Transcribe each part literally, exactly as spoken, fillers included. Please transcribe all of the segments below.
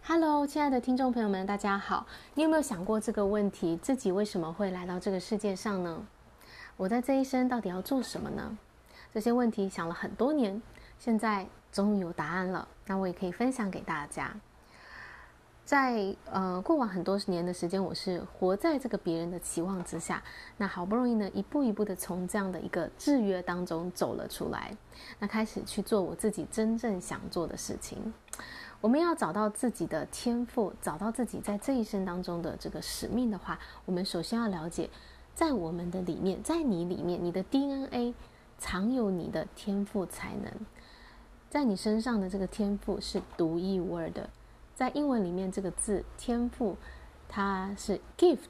Hello， 亲爱的听众朋友们，大家好。你有没有想过这个问题？自己为什么会来到这个世界上呢？我在这一生到底要做什么呢？这些问题想了很多年，现在终于有答案了。那我也可以分享给大家。在呃过往很多年的时间，我是活在这个别人的期望之下，那好不容易呢，一步一步的从这样的一个制约当中走了出来，那开始去做我自己真正想做的事情。我们要找到自己的天赋，找到自己在这一生当中的这个使命的话，我们首先要了解，在我们的里面，在你里面，你的 D N A 藏有你的天赋才能，在你身上的这个天赋是独一无二的。在英文里面，这个字天赋，它是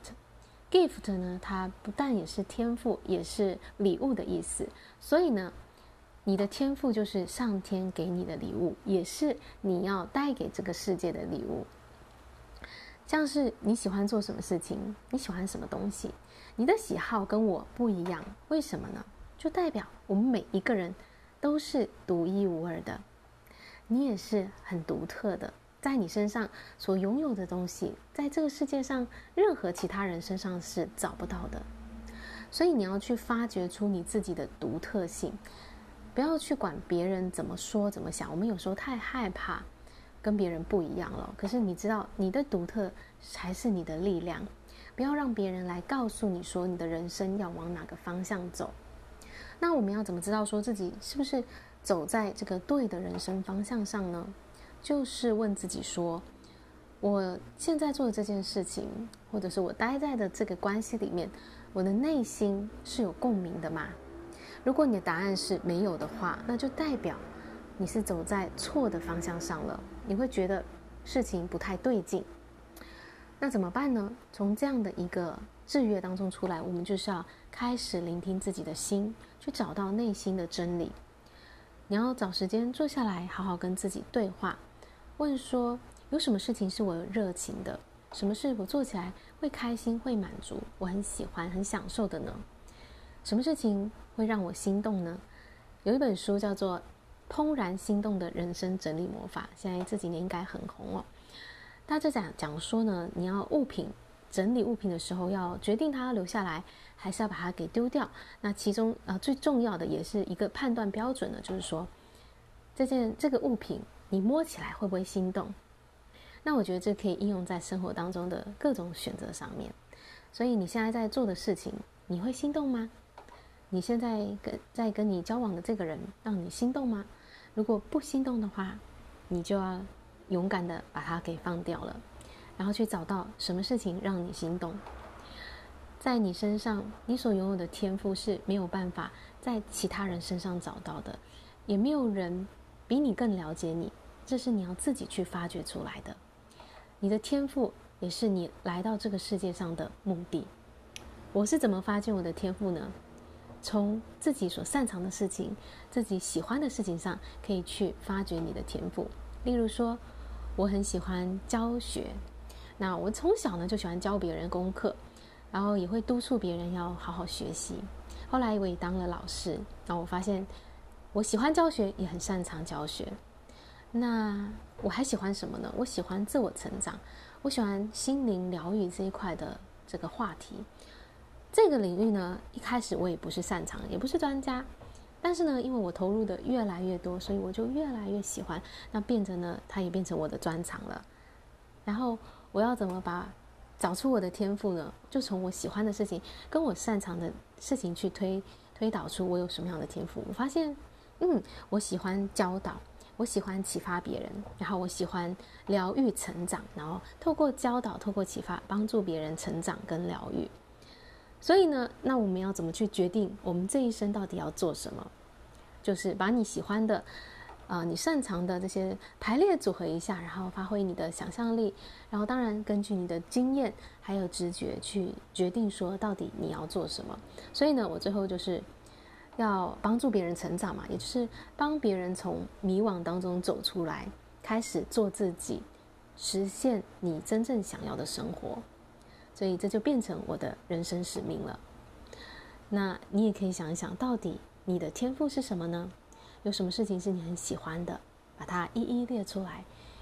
gift，gift 呢，它不但也是天赋，也是礼物的意思。所以呢，你的天赋就是上天给你的礼物，也是你要带给这个世界的礼物。像是你喜欢做什么事情，你喜欢什么东西，你的喜好跟我不一样，为什么呢？就代表我们每一个人都是独一无二的，你也是很独特的。在你身上所拥有的东西，在这个世界上任何其他人身上是找不到的。所以你要去发掘出你自己的独特性，不要去管别人怎么说怎么想。我们有时候太害怕跟别人不一样了，可是你知道你的独特才是你的力量，不要让别人来告诉你说你的人生要往哪个方向走。那我们要怎么知道说自己是不是走在这个对的人生方向上呢？就是问自己说，我现在做的这件事情，或者是我待在的这个关系里面，我的内心是有共鸣的吗？如果你的答案是没有的话，那就代表你是走在错的方向上了，你会觉得事情不太对劲。那怎么办呢？从这样的一个制约当中出来，我们就是要开始聆听自己的心，去找到内心的真理。你要找时间坐下来，好好跟自己对话，问说有什么事情是我有热情的，什么事我做起来会开心会满足，我很喜欢很享受的呢？什么事情会让我心动呢？有一本书叫做《怦然心动的人生整理魔法》，现在这几年应该很红哦。他就讲讲说呢，你要物品整理物品的时候，要决定它要留下来，还是要把它给丢掉。那其中呃最重要的也是一个判断标准呢，就是说这件这个物品你摸起来会不会心动？那我觉得这可以应用在生活当中的各种选择上面。所以你现在在做的事情，你会心动吗？你现在跟在跟你交往的这个人让你心动吗？如果不心动的话，你就要勇敢的把它给放掉了，然后去找到什么事情让你心动。在你身上，你所拥有的天赋是没有办法在其他人身上找到的，也没有人比你更了解你，这是你要自己去发掘出来的。你的天赋也是你来到这个世界上的目的。我是怎么发现我的天赋呢？从自己所擅长的事情，自己喜欢的事情上，可以去发掘你的天赋。例如说，我很喜欢教学，那我从小呢就喜欢教别人功课，然后也会督促别人要好好学习。后来我也当了老师，然后我发现我喜欢教学，也很擅长教学。那我还喜欢什么呢？我喜欢自我成长，我喜欢心灵疗愈这一块的这个话题。这个领域呢，一开始我也不是擅长，也不是专家，但是呢，因为我投入的越来越多，所以我就越来越喜欢，那变成呢，它也变成我的专长了。然后我要怎么把找出我的天赋呢？就从我喜欢的事情跟我擅长的事情去推推导出我有什么样的天赋。我发现，嗯，我喜欢教导，我喜欢启发别人，然后我喜欢疗愈成长，然后透过教导，透过启发，帮助别人成长跟疗愈。所以呢，那我们要怎么去决定我们这一生到底要做什么？就是把你喜欢的呃，你擅长的这些排列组合一下，然后发挥你的想象力，然后当然根据你的经验还有直觉去决定说到底你要做什么。所以呢，我最后就是要帮助别人成长嘛，也就是帮别人从迷惘当中走出来，开始做自己，实现你真正想要的生活。所以这就变成我的人生使命了。那你也可以想一想，到底你的天赋是什么呢？有什么事情是你很喜欢的，把它一一列出来，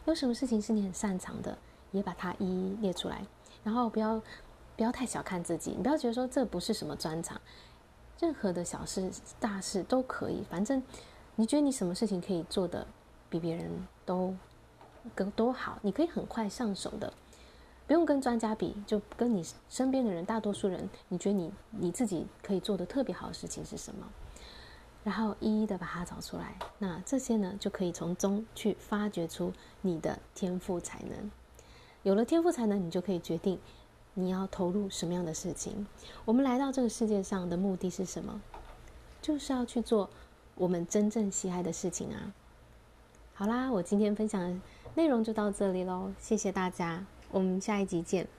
有什么事情是你很擅长的，也把它一一列出来。然后不要不要太小看自己，你不要觉得说这不是什么专长，任何的小事大事都可以，反正你觉得你什么事情可以做的比别人都更都好，你可以很快上手的，不用跟专家比，就跟你身边的人，大多数人，你觉得你你自己可以做的特别好的事情是什么？然后一一的把它找出来，那这些呢，就可以从中去发掘出你的天赋才能。有了天赋才能，你就可以决定你要投入什么样的事情。我们来到这个世界上的目的是什么？就是要去做我们真正喜爱的事情啊。好啦，我今天分享的内容就到这里咯，谢谢大家，我们下一集见。